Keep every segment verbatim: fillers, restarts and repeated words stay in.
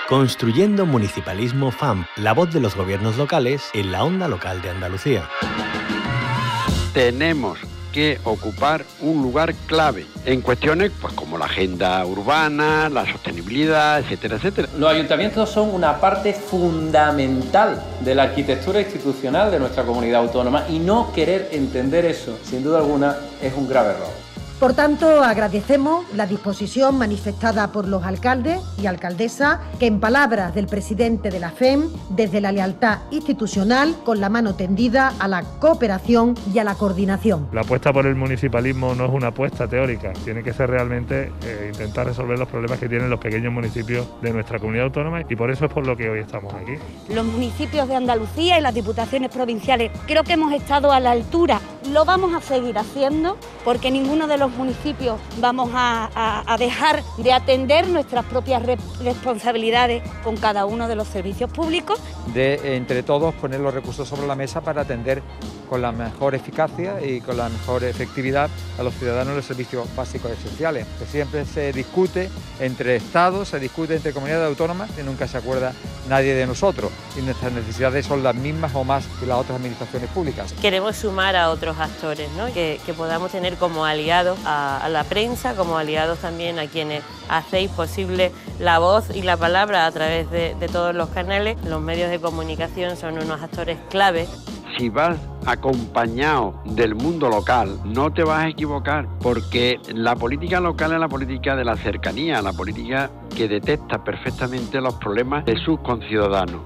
Construyendo Municipalismo F A M, la voz de los gobiernos locales en la onda local de Andalucía. Tenemos que ocupar un lugar clave en cuestiones pues como la agenda urbana, la sostenibilidad, etcétera, etcétera. Los ayuntamientos son una parte fundamental de la arquitectura institucional de nuestra comunidad autónoma y no querer entender eso, sin duda alguna, es un grave error. Por tanto, agradecemos la disposición manifestada por los alcaldes y alcaldesas que, en palabras del presidente de la F E M, desde la lealtad institucional, con la mano tendida a la cooperación y a la coordinación. La apuesta por el municipalismo no es una apuesta teórica, tiene que ser realmente eh, intentar resolver los problemas que tienen los pequeños municipios de nuestra comunidad autónoma y por eso es por lo que hoy estamos aquí. Los municipios de Andalucía y las diputaciones provinciales creo que hemos estado a la altura, lo vamos a seguir haciendo porque ninguno de los municipios vamos a, a, a dejar de atender nuestras propias re responsabilidades con cada uno de los servicios públicos. De entre todos poner los recursos sobre la mesa para atender con la mejor eficacia y con la mejor efectividad a los ciudadanos los servicios básicos esenciales. Que siempre se discute entre estados, se discute entre comunidades autónomas y nunca se acuerda nadie de nosotros. Y nuestras necesidades son las mismas o más que las otras administraciones públicas. Queremos sumar a otros actores, ¿no? que, que podamos tener como aliados a, a la prensa, como aliados también a quienes hacéis posible la voz y la palabra a través de, de todos los canales. Los medios de comunicación son unos actores clave. Si vas acompañado del mundo local, no te vas a equivocar, porque la política local es la política de la cercanía, la política que detecta perfectamente los problemas de sus conciudadanos.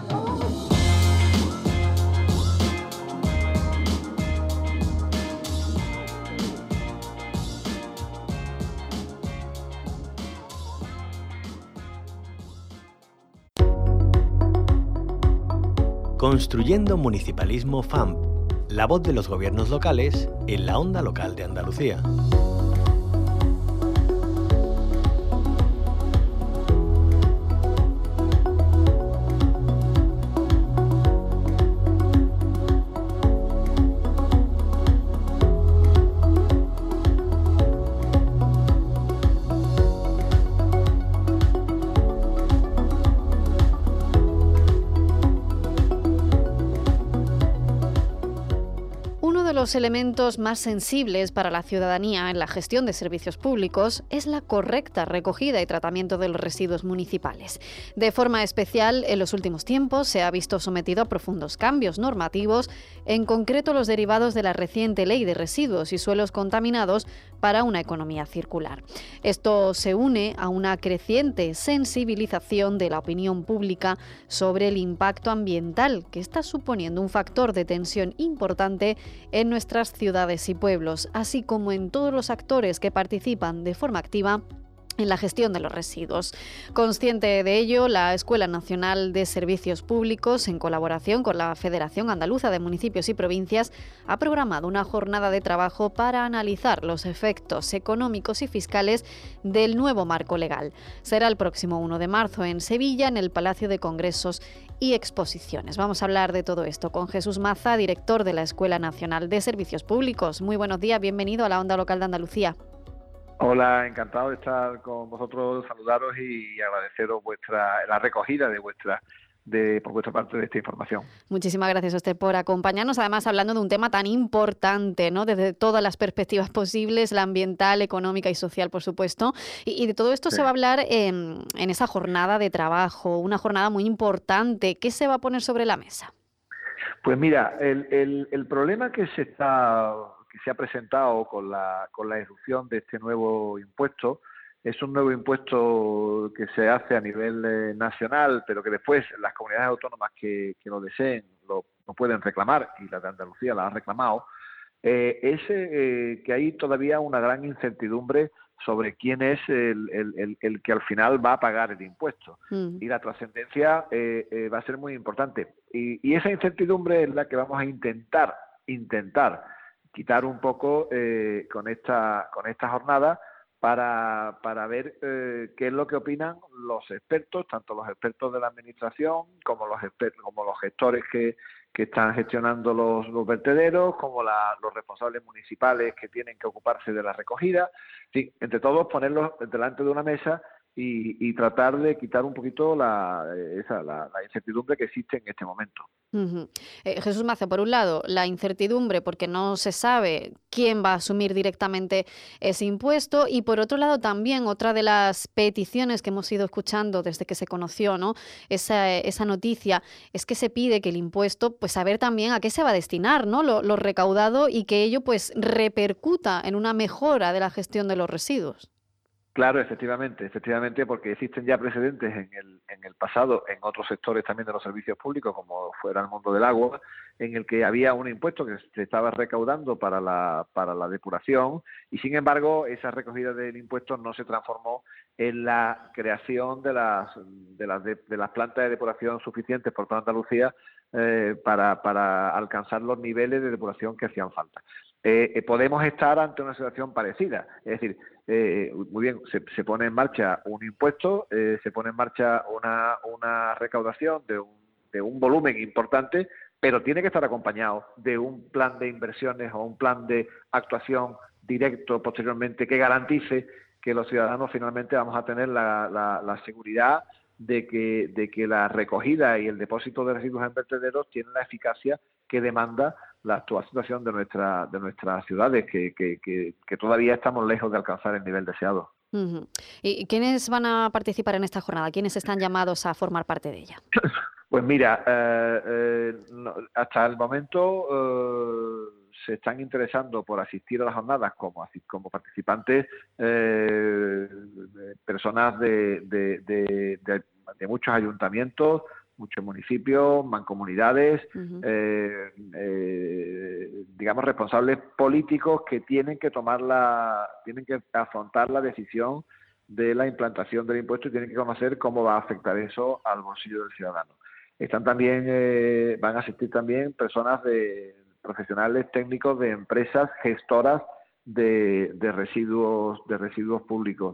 Construyendo Municipalismo F A M, la voz de los gobiernos locales en la onda local de Andalucía. Los elementos más sensibles para la ciudadanía en la gestión de servicios públicos es la correcta recogida y tratamiento de los residuos municipales. De forma especial, en los últimos tiempos se ha visto sometido a profundos cambios normativos, en concreto los derivados de la reciente Ley de Residuos y Suelos Contaminados para una economía circular. Esto se une a una creciente sensibilización de la opinión pública sobre el impacto ambiental, que está suponiendo un factor de tensión importante en nuestras ciudades y pueblos, así como en todos los actores que participan de forma activa en la gestión de los residuos. Consciente de ello, la Escuela Nacional de Servicios Públicos, en colaboración con la Federación Andaluza de Municipios y Provincias, ha programado una jornada de trabajo para analizar los efectos económicos y fiscales del nuevo marco legal. Será el próximo uno de marzo en Sevilla, en el Palacio de Congresos y Exposiciones. Vamos a hablar de todo esto con Jesús Maza, director de la Escuela Nacional de Servicios Públicos. Muy buenos días, bienvenido a la Onda Local de Andalucía. Hola, encantado de estar con vosotros, saludaros y agradeceros vuestra la recogida de vuestra de por vuestra parte de esta información. Muchísimas gracias a usted por acompañarnos, además hablando de un tema tan importante, ¿no? Desde todas las perspectivas posibles, la ambiental, económica y social, por supuesto. Y, y de todo esto sí. se va a hablar en, en esa jornada de trabajo, una jornada muy importante. ¿Qué se va a poner sobre la mesa? Pues mira, el, el, el problema que se está que se ha presentado con la con la irrupción de este nuevo impuesto es un nuevo impuesto que se hace a nivel eh, nacional, pero que después las comunidades autónomas que, que lo deseen lo, lo pueden reclamar, y la de Andalucía la ha reclamado. Eh, es eh, que hay todavía una gran incertidumbre sobre quién es el, el, el, el que al final va a pagar el impuesto. Mm. Y la trascendencia eh, eh, va a ser muy importante. Y, y esa incertidumbre es la que vamos a intentar, intentar quitar un poco eh, con esta con esta jornada para, para ver eh, qué es lo que opinan los expertos, tanto los expertos de la administración como los expertos, como los gestores que, que están gestionando los, los vertederos, como la, los responsables municipales que tienen que ocuparse de la recogida. Sí, entre todos ponerlos delante de una mesa y, y tratar de quitar un poquito la, esa, la, la incertidumbre que existe en este momento. Uh-huh. Eh, Jesús Maza, por un lado, la incertidumbre porque no se sabe quién va a asumir directamente ese impuesto, y por otro lado también otra de las peticiones que hemos ido escuchando desde que se conoció, ¿no?, esa, esa noticia, es que se pide que el impuesto, pues saber también a qué se va a destinar, ¿no?, lo, lo recaudado, y que ello pues repercuta en una mejora de la gestión de los residuos. Claro, efectivamente, efectivamente, porque existen ya precedentes en el, en el pasado, en otros sectores también de los servicios públicos, como fuera el mundo del agua, en el que había un impuesto que se estaba recaudando para la, para la depuración, y sin embargo esa recogida del impuesto no se transformó en la creación de las, de las, de, de las plantas de depuración suficientes por toda Andalucía eh, para, para alcanzar los niveles de depuración que hacían falta. Eh, eh, podemos estar ante una situación parecida, es decir, eh, muy bien, se, se pone en marcha un impuesto, eh, se pone en marcha una, una recaudación de un, de un volumen importante, pero tiene que estar acompañado de un plan de inversiones o un plan de actuación directo posteriormente que garantice que los ciudadanos finalmente vamos a tener la, la, la seguridad de que, de que la recogida y el depósito de residuos en vertederos tienen la eficacia que demanda la actual situación de nuestra de nuestras ciudades, que, que, que, que todavía estamos lejos de alcanzar el nivel deseado. Uh-huh. ¿Y quiénes van a participar en esta jornada? ¿Quiénes están llamados a formar parte de ella? Pues mira, eh, eh, no, hasta el momento eh, se están interesando por asistir a las jornadas como, como participantes eh, personas de, de, de, de, de muchos ayuntamientos, muchos municipios, mancomunidades, uh-huh. eh, eh, digamos responsables políticos que tienen que tomar la, tienen que afrontar la decisión de la implantación del impuesto y tienen que conocer cómo va a afectar eso al bolsillo del ciudadano. Están también, eh, van a asistir también personas de profesionales técnicos de empresas gestoras de, de residuos, de residuos públicos.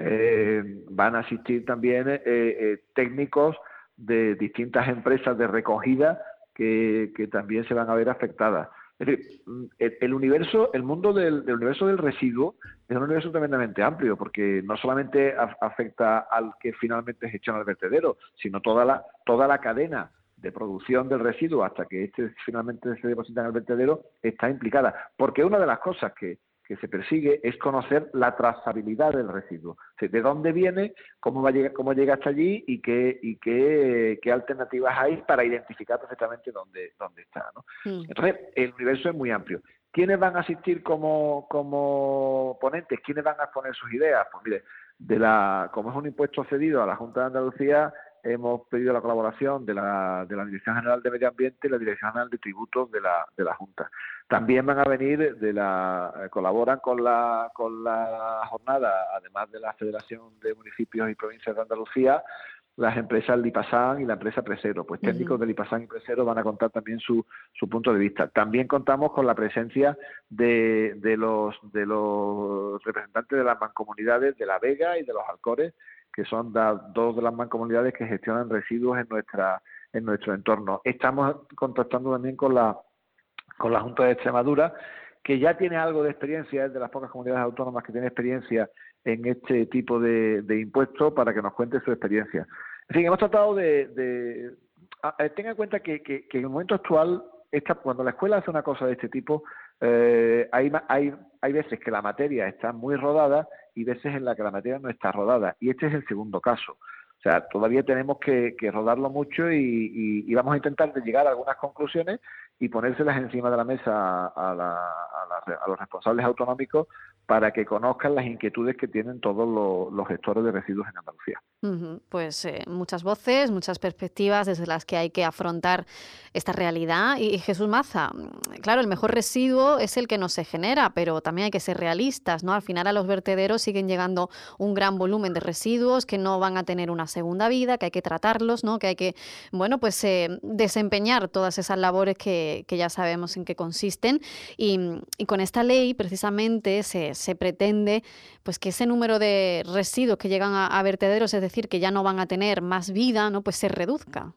Eh, van a asistir también eh, eh, técnicos de distintas empresas de recogida que, que también se van a ver afectadas. Es decir, el, el universo, el mundo del, del universo del residuo es un universo tremendamente amplio, porque no solamente a, afecta al que finalmente gestiona el vertedero, sino toda la, toda la cadena de producción del residuo hasta que este finalmente se deposita en el vertedero está implicada. Porque una de las cosas que que se persigue es conocer la trazabilidad del residuo, o sea, de dónde viene, cómo va a llegar, cómo llega hasta allí y qué y qué, qué alternativas hay para identificar perfectamente dónde dónde está, ¿no? Sí. Entonces, el universo es muy amplio. ¿Quiénes van a asistir como como ponentes? ¿Quiénes van a exponer sus ideas? Pues mire, de la como es un impuesto cedido a la Junta de Andalucía, hemos pedido la colaboración de la, de la Dirección General de Medio Ambiente y la Dirección General de Tributos de la, de la Junta. También van a venir, de la, eh, colaboran con la, con la jornada, además de la Federación de Municipios y Provincias de Andalucía, las empresas Lipasan y la empresa Presero. Pues técnicos uh-huh. de Lipasan y Presero van a contar también su, su punto de vista. También contamos con la presencia de, de, los, de los representantes de las mancomunidades de La Vega y de los Alcores, que son da, dos de las mancomunidades que gestionan residuos en nuestra en nuestro entorno. Estamos contactando también con la con la Junta de Extremadura, que ya tiene algo de experiencia, es de las pocas comunidades autónomas que tiene experiencia en este tipo de, de impuestos, para que nos cuente su experiencia. En fin, hemos tratado de... de a, a, tenga en cuenta que, que, que en el momento actual, esta, cuando la escuela hace una cosa de este tipo, eh, hay, hay, hay veces que la materia está muy rodada y veces en la que la materia no está rodada, y este es el segundo caso. O sea, todavía tenemos que, que rodarlo mucho y, y, y vamos a intentar de llegar a algunas conclusiones y ponérselas encima de la mesa a, la, a, la, a los responsables autonómicos para que conozcan las inquietudes que tienen todos los, los gestores de residuos en Andalucía. Uh-huh. Pues eh, muchas voces, muchas perspectivas desde las que hay que afrontar esta realidad. Y, y Jesús Maza, claro, el mejor residuo es el que no se genera, pero también hay que ser realistas, ¿no? Al final a los vertederos siguen llegando un gran volumen de residuos que no van a tener una segunda vida, que hay que tratarlos, ¿no? Que hay que, bueno, pues eh, desempeñar todas esas labores que, que ya sabemos en qué consisten. Y, y con esta ley precisamente se, se pretende pues que ese número de residuos que llegan a, a vertederos, es decir, que ya no van a tener más vida, ¿no? Pues se reduzca.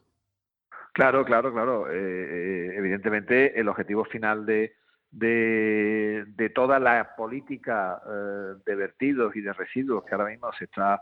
Claro, claro, claro. Eh, evidentemente el objetivo final de, de, de toda la política eh, de vertidos y de residuos que ahora mismo se está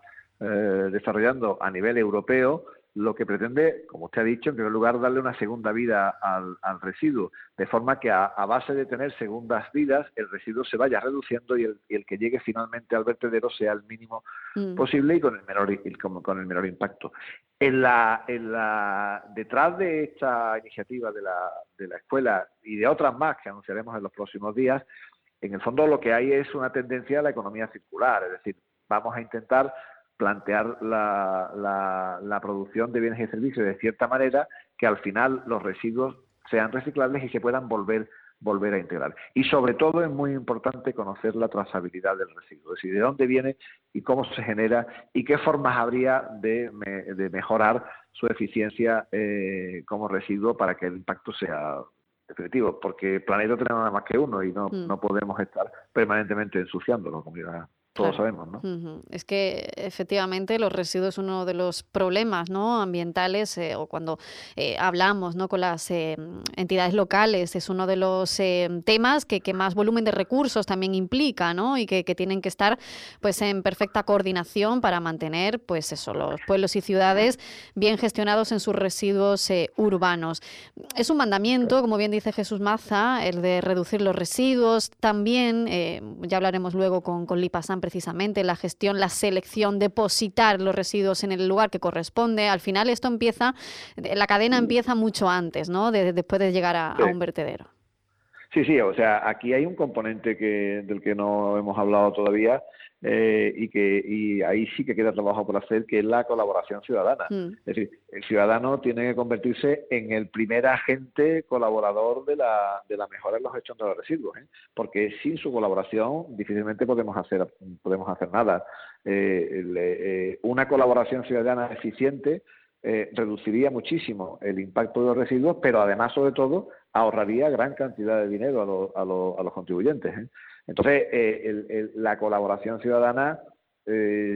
eh, desarrollando a nivel europeo, lo que pretende, como usted ha dicho, en primer lugar, darle una segunda vida al, al residuo, de forma que a, a base de tener segundas vidas, el residuo se vaya reduciendo y el, y el que llegue finalmente al vertedero sea el mínimo mm. posible y con el menor y con, con el menor impacto. En la, en la, detrás de esta iniciativa de la, de la escuela y de otras más que anunciaremos en los próximos días, en el fondo lo que hay es una tendencia a la economía circular, es decir, vamos a intentar plantear la, la, la producción de bienes y servicios de cierta manera que al final los residuos sean reciclables y se puedan volver volver a integrar. Y sobre todo es muy importante conocer la trazabilidad del residuo, es decir, de dónde viene y cómo se genera y qué formas habría de, de mejorar su eficiencia eh, como residuo para que el impacto sea definitivo, porque el planeta tenemos nada más que uno y no, mm. no podemos estar permanentemente ensuciándolo, como ya todos claro. sabemos, ¿no? Uh-huh. Es que efectivamente los residuos es uno de los problemas, ¿no?, ambientales, eh, o cuando eh, hablamos, ¿no?, con las eh, entidades locales, es uno de los eh, temas que, que más volumen de recursos también implica, ¿no?, y que, que tienen que estar pues en perfecta coordinación para mantener pues eso, los pueblos y ciudades bien gestionados en sus residuos eh, urbanos. Es un mandamiento, como bien dice Jesús Maza, el de reducir los residuos. También, eh, ya hablaremos luego con, con Lipasam, precisamente la gestión, la selección, depositar los residuos en el lugar que corresponde. Al final esto empieza, la cadena empieza mucho antes, ¿no?, de, después de llegar a, sí. a un vertedero. Sí, sí, o sea, aquí hay un componente que del que no hemos hablado todavía eh, y que y ahí sí que queda trabajo por hacer, que es la colaboración ciudadana. Mm. Es decir, el ciudadano tiene que convertirse en el primer agente colaborador de la de la mejora en la gestión de los residuos, ¿eh? Porque sin su colaboración difícilmente podemos hacer podemos hacer nada. Eh, el, eh, una colaboración ciudadana eficiente eh, reduciría muchísimo el impacto de los residuos, pero además, sobre todo, ahorraría gran cantidad de dinero a, lo, a, lo, a los contribuyentes, ¿eh? Entonces, eh, el, el, la colaboración ciudadana eh,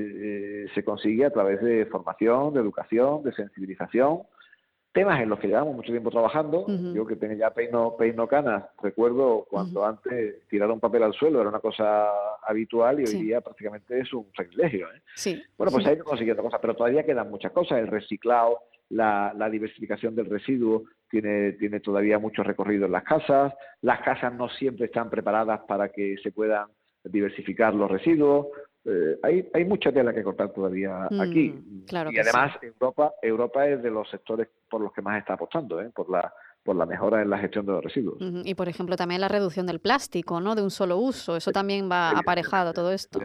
eh, se consigue a través de formación, de educación, de sensibilización, temas en los que llevamos mucho tiempo trabajando. Uh-huh. Yo que tengo ya peino, peino canas, recuerdo cuando uh-huh. antes tirar un papel al suelo era una cosa habitual y hoy sí. día prácticamente es un sacrilegio, ¿eh? Sí. Bueno, pues sí. hay que consiguiendo cosas, pero todavía quedan muchas cosas. El reciclado, la, la diversificación del residuo tiene, tiene todavía mucho recorrido en las casas. Las casas no siempre están preparadas para que se puedan diversificar los residuos. Eh, hay, hay mucha tela que cortar todavía mm, aquí. Claro y además sí. Europa Europa es de los sectores por los que más está apostando, ¿eh? por la por la mejora en la gestión de los residuos. Uh-huh. Y, por ejemplo, también la reducción del plástico, ¿no?, de un solo uso. Eso también va aparejado todo esto.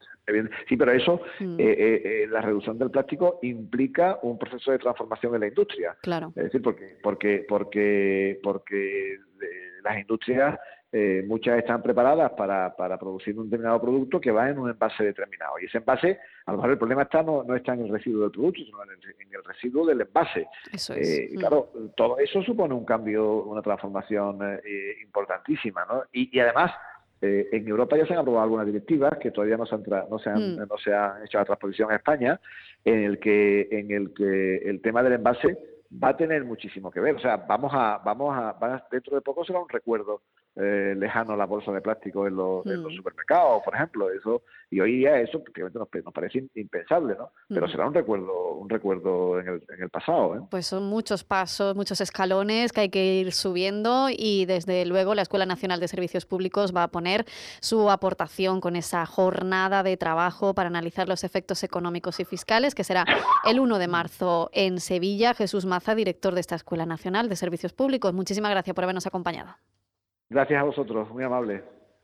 Sí, pero eso, mm. eh, eh, la reducción del plástico implica un proceso de transformación en la industria. Claro. Es decir, porque porque porque porque las industrias eh, muchas están preparadas para, para producir un determinado producto que va en un envase determinado. Y ese envase, a lo mejor el problema está no, no está en el residuo del producto, sino en el, en el residuo del envase. Eso es. Eh, mm. Claro, todo eso supone un cambio, una transformación eh, importantísima, ¿no? Y, y además, Eh, en Europa ya se han aprobado algunas directivas que todavía no se han, tra- no se han, mm. no se han hecho la transposición a España, en el que en el que el tema del envase va a tener muchísimo que ver. O sea, vamos a vamos a, va, dentro de poco será un recuerdo eh, lejano la bolsa de plástico en los, mm. en los supermercados, por ejemplo. Eso y hoy día eso prácticamente nos, nos parece impensable, ¿no? Pero mm. será un recuerdo un recuerdo en el, en el pasado, ¿eh? Pues son muchos pasos, muchos escalones que hay que ir subiendo y desde luego la Escuela Nacional de Servicios Públicos va a poner su aportación con esa jornada de trabajo para analizar los efectos económicos y fiscales, que será el uno de marzo en Sevilla. Jesús Maza, director de esta Escuela Nacional de Servicios Públicos, muchísimas gracias por habernos acompañado. Gracias a vosotros, muy amable.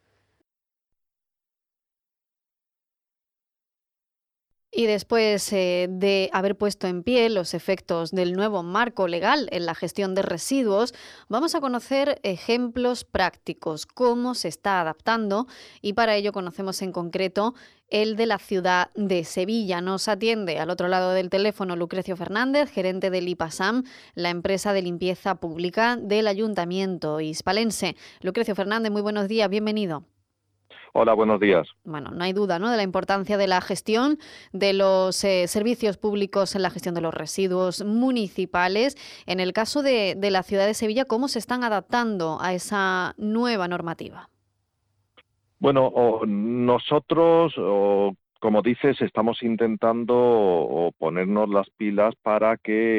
Y después eh, de haber puesto en pie los efectos del nuevo marco legal en la gestión de residuos, vamos a conocer ejemplos prácticos, cómo se está adaptando, y para ello conocemos en concreto el de la ciudad de Sevilla. Nos atiende al otro lado del teléfono Lucrecio Fernández, gerente del Lipasam, la empresa de limpieza pública del Ayuntamiento hispalense. Lucrecio Fernández, muy buenos días, bienvenido. Hola, buenos días. Bueno, no hay duda, ¿no?, de la importancia de la gestión de los eh, servicios públicos en la gestión de los residuos municipales. En el caso de, de la ciudad de Sevilla, ¿cómo se están adaptando a esa nueva normativa? Bueno, o nosotros, o como dices, estamos intentando ponernos las pilas para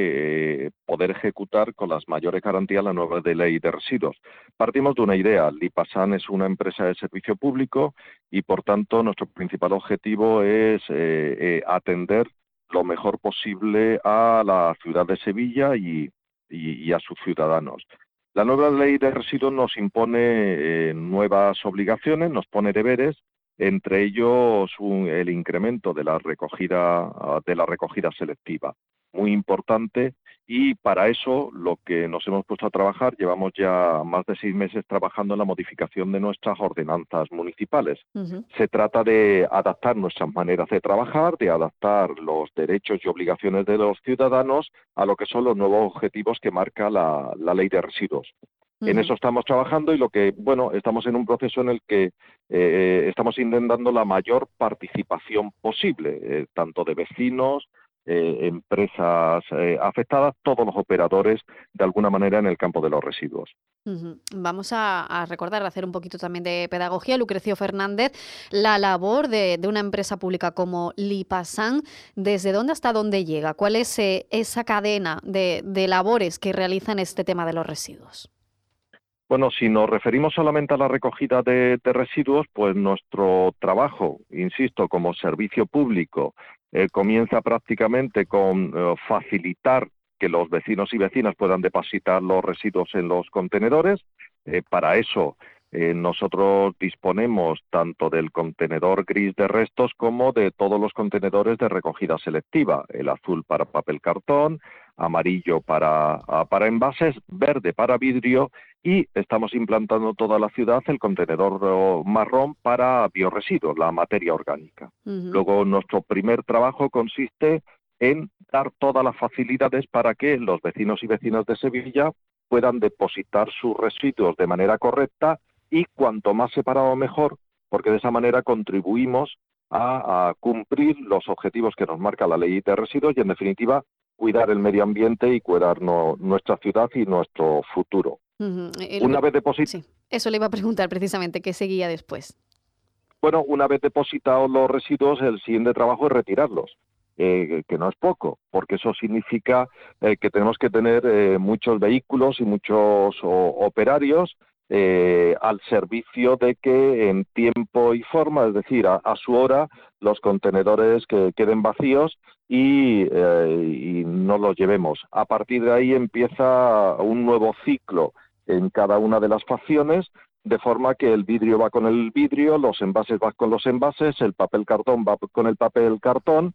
que eh, poder ejecutar con las mayores garantías la nueva ley de residuos. Partimos de una idea. Lipasan es una empresa de servicio público y, por tanto, nuestro principal objetivo es eh, eh, atender lo mejor posible a la ciudad de Sevilla y, y, y a sus ciudadanos. La nueva ley de residuos nos impone eh, nuevas obligaciones, nos pone deberes, entre ellos un, el incremento de la recogida de la recogida selectiva, muy importante, y para eso lo que nos hemos puesto a trabajar, llevamos ya más de seis meses trabajando en la modificación de nuestras ordenanzas municipales. Uh-huh. Se trata de adaptar nuestras maneras de trabajar, de adaptar los derechos y obligaciones de los ciudadanos a lo que son los nuevos objetivos que marca la, la ley de residuos. En eso estamos trabajando y lo que, bueno, estamos en un proceso en el que eh, estamos intentando la mayor participación posible, eh, tanto de vecinos, eh, empresas eh, afectadas, todos los operadores, de alguna manera, en el campo de los residuos. Uh-huh. Vamos a, a recordar, a hacer un poquito también de pedagogía. Lucrecio Fernández, la labor de, de una empresa pública como Lipasan, ¿desde dónde hasta dónde llega? ¿Cuál es eh, esa cadena de, de labores que realizan este tema de los residuos? Bueno, si nos referimos solamente a la recogida de, de residuos, pues nuestro trabajo, insisto, como servicio público, eh, comienza prácticamente con eh, facilitar que los vecinos y vecinas puedan depositar los residuos en los contenedores. Eh, para eso eh, nosotros disponemos tanto del contenedor gris de restos como de todos los contenedores de recogida selectiva, el azul para papel cartón, amarillo para, para envases, verde para vidrio, y estamos implantando en toda la ciudad el contenedor marrón para biorresiduos, la materia orgánica. Uh-huh. Luego, nuestro primer trabajo consiste en dar todas las facilidades para que los vecinos y vecinas de Sevilla puedan depositar sus residuos de manera correcta y cuanto más separado mejor, porque de esa manera contribuimos a, a cumplir los objetivos que nos marca la ley de residuos y, en definitiva, cuidar el medio ambiente y cuidar no, nuestra ciudad y nuestro futuro. Uh-huh. El... Una vez depositados... Sí, eso le iba a preguntar precisamente, ¿qué seguía después? Bueno, una vez depositados los residuos, el siguiente trabajo es retirarlos, eh, que no es poco, porque eso significa eh, que tenemos que tener eh, muchos vehículos y muchos o, operarios eh, al servicio de que en tiempo y forma, es decir, a, a su hora, los contenedores que queden vacíos y, eh, y no los llevemos. A partir de ahí empieza un nuevo ciclo en cada una de las facciones, de forma que el vidrio va con el vidrio, los envases van con los envases, el papel cartón va con el papel cartón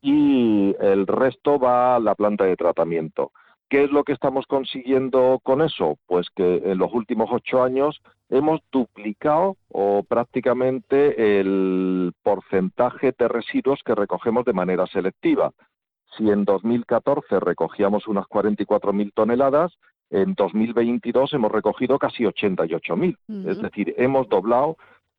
y el resto va a la planta de tratamiento. ¿Qué es lo que estamos consiguiendo con eso? Pues que en los últimos ocho años hemos duplicado o prácticamente el porcentaje de residuos que recogemos de manera selectiva. Si en dos mil catorce recogíamos unas cuarenta y cuatro mil toneladas, en dos mil veintidós hemos recogido casi ochenta y ocho mil. Uh-huh. Es decir, hemos doblado,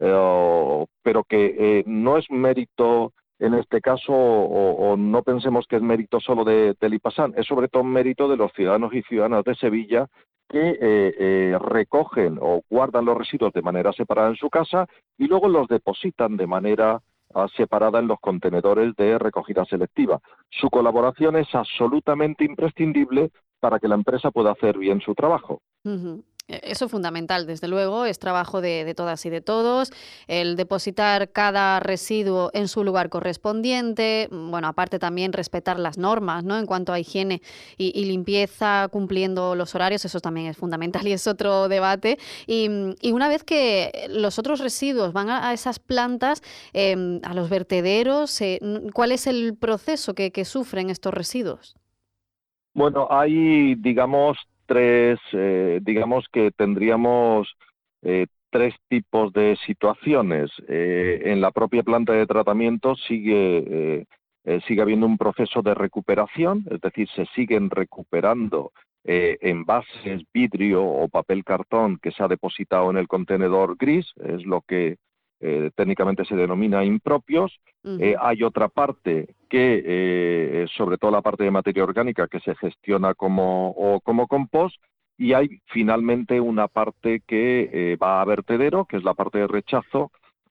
eh, pero que eh, no es mérito en este caso, o, o no pensemos que es mérito solo de, de Lipasan, es sobre todo mérito de los ciudadanos y ciudadanas de Sevilla que eh, eh, recogen o guardan los residuos de manera separada en su casa y luego los depositan de manera uh, separada en los contenedores de recogida selectiva. Su colaboración es absolutamente imprescindible para que la empresa pueda hacer bien su trabajo. Uh-huh. Eso es fundamental, desde luego, es trabajo de, de todas y de todos, el depositar cada residuo en su lugar correspondiente, bueno, aparte también respetar las normas, ¿no?, en cuanto a higiene y, y limpieza, cumpliendo los horarios, eso también es fundamental y es otro debate. Y, y una vez que los otros residuos van a, a esas plantas, eh, a los vertederos, eh, ¿cuál es el proceso que, que sufren estos residuos? Bueno, hay, digamos, tres, eh, digamos que tendríamos eh, tres tipos de situaciones. Eh, en la propia planta de tratamiento sigue, eh, eh, sigue habiendo un proceso de recuperación, es decir, se siguen recuperando eh, envases, vidrio o papel cartón que se ha depositado en el contenedor gris, es lo que eh, técnicamente se denomina impropios. Uh-huh. Eh, hay otra parte que, eh, sobre todo la parte de materia orgánica, que se gestiona como, o como compost, y hay finalmente una parte que eh, va a vertedero, que es la parte de rechazo,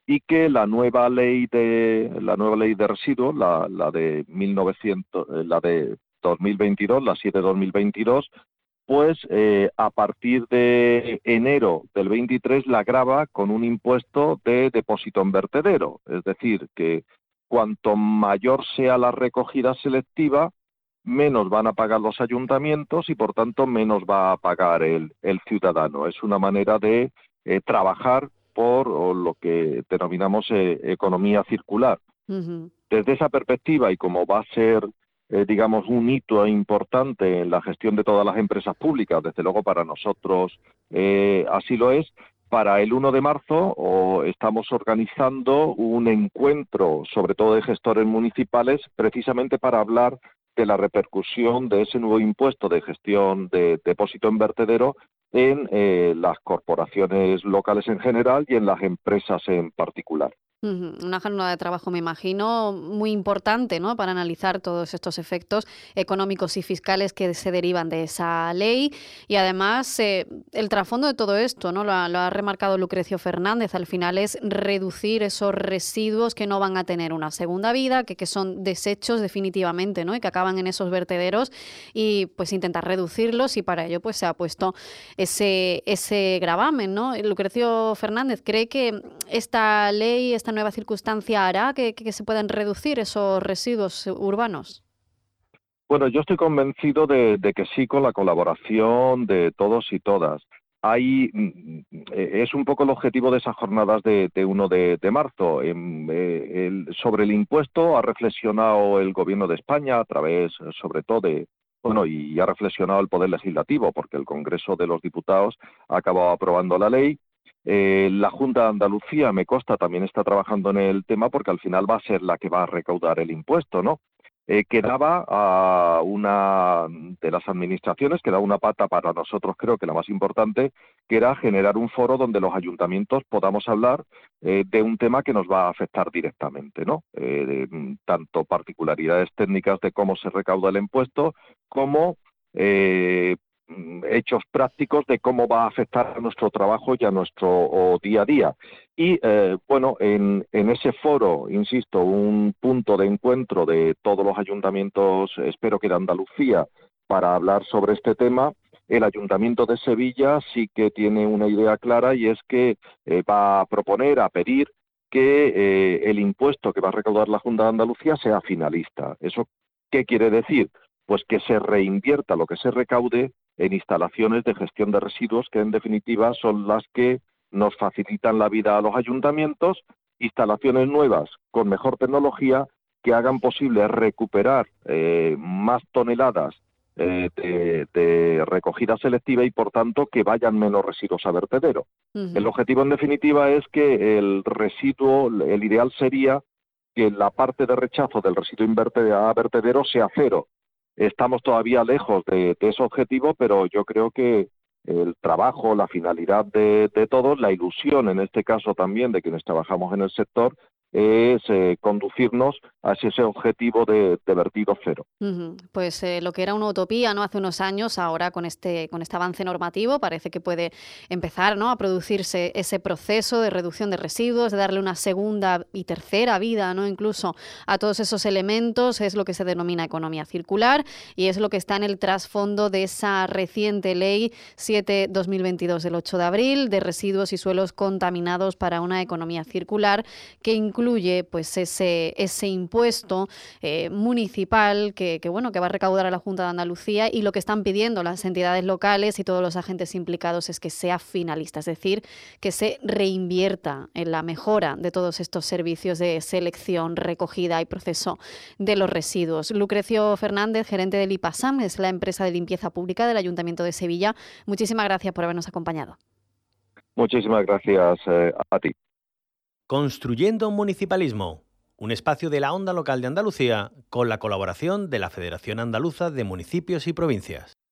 y que la nueva ley de la nueva ley de residuos, la, la de mil novecientos, la de dos mil veintidós, la siete barra dos mil veintidós, pues eh, a partir de enero del veintitrés la grava con un impuesto de depósito en vertedero. Es decir, que cuanto mayor sea la recogida selectiva, menos van a pagar los ayuntamientos y por tanto menos va a pagar el, el ciudadano. Es una manera de eh, trabajar por lo que denominamos eh, economía circular. Uh-huh. Desde esa perspectiva, y como va a ser, eh, digamos, un hito importante en la gestión de todas las empresas públicas, desde luego para nosotros eh, así lo es, para el uno de marzo o estamos organizando un encuentro, sobre todo de gestores municipales, precisamente para hablar de la repercusión de ese nuevo impuesto de gestión de depósito en vertedero en eh, las corporaciones locales en general y en las empresas en particular. Una jornada de trabajo, me imagino, muy importante, ¿no?, para analizar todos estos efectos económicos y fiscales que se derivan de esa ley. Y además, eh, el trasfondo de todo esto, ¿no?, lo ha, lo ha remarcado Lucrecio Fernández, al final es reducir esos residuos que no van a tener una segunda vida, que, que son desechos definitivamente, ¿no?, y que acaban en esos vertederos, y pues intentar reducirlos, y para ello pues se ha puesto ese, ese gravamen, ¿no? Lucrecio Fernández, ¿cree que esta ley, esta nueva circunstancia hará que, que se puedan reducir esos residuos urbanos? Bueno, yo estoy convencido de, de que sí, con la colaboración de todos y todas. Hay, es un poco el objetivo de esas jornadas de, de uno de, de marzo. En, eh, el, sobre el impuesto ha reflexionado el Gobierno de España a través, sobre todo, de, bueno, y ha reflexionado el Poder Legislativo, porque el Congreso de los Diputados ha acabado aprobando la ley. Eh, la Junta de Andalucía, me consta, también está trabajando en el tema porque al final va a ser la que va a recaudar el impuesto, ¿no? Eh, quedaba a una de las administraciones, quedaba una pata para nosotros, creo que la más importante, que era generar un foro donde los ayuntamientos podamos hablar eh, de un tema que nos va a afectar directamente, ¿no? Eh, de, tanto particularidades técnicas de cómo se recauda el impuesto, como eh, hechos prácticos de cómo va a afectar a nuestro trabajo y a nuestro o, día a día. Y, eh, bueno, en, en ese foro, insisto, un punto de encuentro de todos los ayuntamientos, espero que de Andalucía, para hablar sobre este tema. El Ayuntamiento de Sevilla sí que tiene una idea clara, y es que eh, va a proponer, a pedir que eh, el impuesto que va a recaudar la Junta de Andalucía sea finalista. ¿Eso qué quiere decir? Pues que se reinvierta lo que se recaude en instalaciones de gestión de residuos, que en definitiva son las que nos facilitan la vida a los ayuntamientos, instalaciones nuevas con mejor tecnología que hagan posible recuperar eh, más toneladas eh, de, de recogida selectiva y por tanto que vayan menos residuos a vertedero. Uh-huh. El objetivo en definitiva es que el residuo, el ideal sería que la parte de rechazo del residuo a vertedero sea cero. Estamos todavía lejos de, de ese objetivo, pero yo creo que el trabajo, la finalidad de, de todos, la ilusión en este caso también de quienes trabajamos en el sector, es eh, conducirnos hacia ese objetivo de, de vertido cero. Uh-huh. Pues eh, lo que era una utopía, ¿no?, hace unos años, ahora con este, con este avance normativo parece que puede empezar, ¿no?, a producirse ese proceso de reducción de residuos, de darle una segunda y tercera vida, ¿no?, incluso a todos esos elementos. Es lo que se denomina economía circular y es lo que está en el trasfondo de esa reciente ley siete barra dos mil veintidós del ocho de abril de residuos y suelos contaminados para una economía circular, que incluye incluye pues ese, ese impuesto eh, municipal que, que, bueno, que va a recaudar a la Junta de Andalucía, y lo que están pidiendo las entidades locales y todos los agentes implicados es que sea finalista, es decir, que se reinvierta en la mejora de todos estos servicios de selección, recogida y proceso de los residuos. Lucrecio Fernández, gerente del IPASAM, es la empresa de limpieza pública del Ayuntamiento de Sevilla. Muchísimas gracias por habernos acompañado. Muchísimas gracias eh, a ti. Construyendo Municipalismo, un espacio de la Onda Local de Andalucía con la colaboración de la Federación Andaluza de Municipios y Provincias.